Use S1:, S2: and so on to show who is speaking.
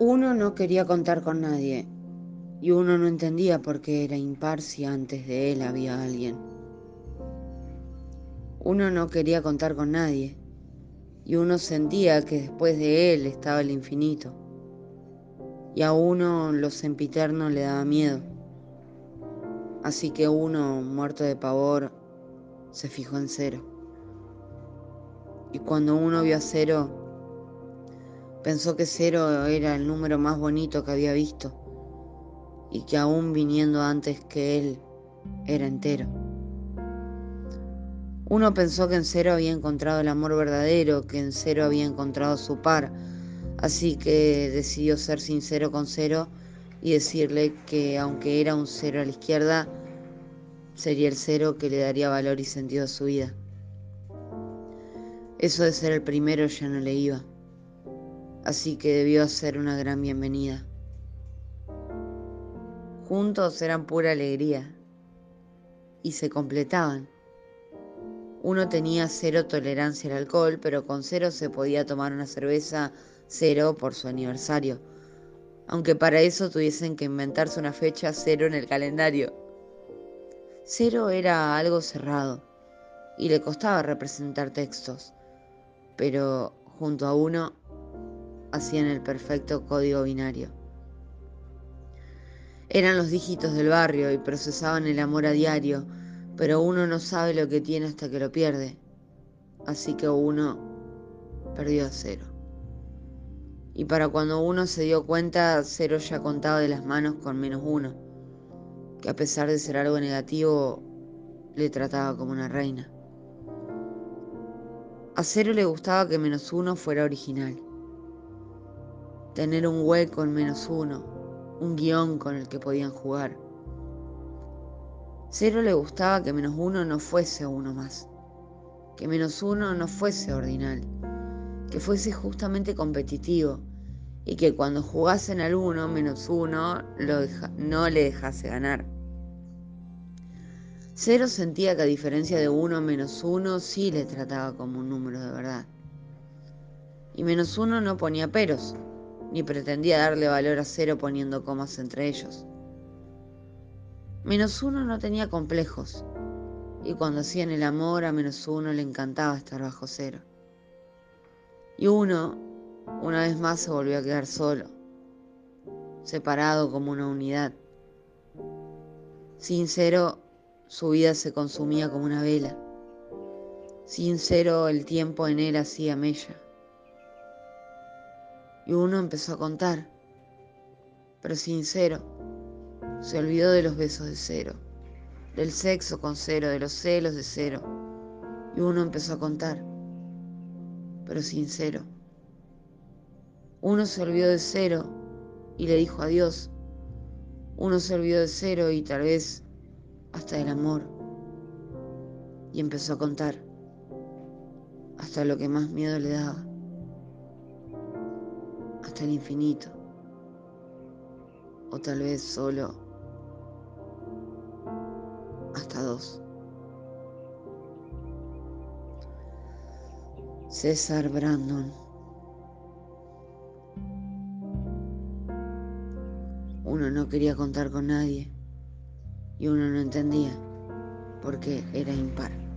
S1: Uno no quería contar con nadie, y uno no entendía por qué era impar si antes de él había alguien. Uno no quería contar con nadie, y uno sentía que después de él estaba el infinito, y a uno lo sempiterno le daba miedo. Así que uno, muerto de pavor, se fijó en Cero. Y cuando uno vio a Cero, pensó que Cero era el número más bonito que había visto, y que aún viniendo antes que él, era entero. Uno pensó que en Cero había encontrado el amor verdadero, que en Cero había encontrado su par, así que decidió ser sincero con Cero y decirle que aunque era un cero a la izquierda, sería el cero que le daría valor y sentido a su vida. Eso de ser el primero ya no le iba, así que debió hacer una gran bienvenida. Juntos eran pura alegría y se completaban. Uno tenía cero tolerancia al alcohol, pero con Cero se podía tomar una cerveza cero por su aniversario, aunque para eso tuviesen que inventarse una fecha cero en el calendario. Cero era algo cerrado y le costaba representar textos, pero junto a uno hacían el perfecto código binario. Eran los dígitos del barrio y procesaban el amor a diario, pero uno no sabe lo que tiene hasta que lo pierde, así que uno perdió a Cero. Y para cuando uno se dio cuenta, Cero ya contaba de las manos con menos uno, que a pesar de ser algo negativo, le trataba como una reina. A Cero le gustaba que menos uno fuera original. Tener un hueco en menos uno, un guión con el que podían jugar. Cero le gustaba que menos uno no fuese uno más, que menos uno no fuese ordinal, que fuese justamente competitivo y que cuando jugasen al uno menos uno no le dejase ganar. Cero sentía que a diferencia de uno menos uno sí le trataba como un número de verdad. Y menos uno no ponía peros, ni pretendía darle valor a Cero poniendo comas entre ellos. Menos uno no tenía complejos, y cuando hacían el amor a menos uno le encantaba estar bajo Cero. Y uno, una vez más, se volvió a quedar solo, separado como una unidad. Sin Cero, su vida se consumía como una vela. Sin Cero, el tiempo en él hacía mella. Y uno empezó a contar, pero sin Cero. Se olvidó de los besos de Cero, del sexo con Cero, de los celos de Cero. Y uno empezó a contar, pero sin Cero. Uno se olvidó de Cero y le dijo adiós. Uno se olvidó de Cero y tal vez hasta del amor. Y empezó a contar, hasta lo que más miedo le daba, hasta el infinito. O tal vez solo hasta dos. César Brandon. Uno no quería contar con nadie y uno no entendía por qué era impar.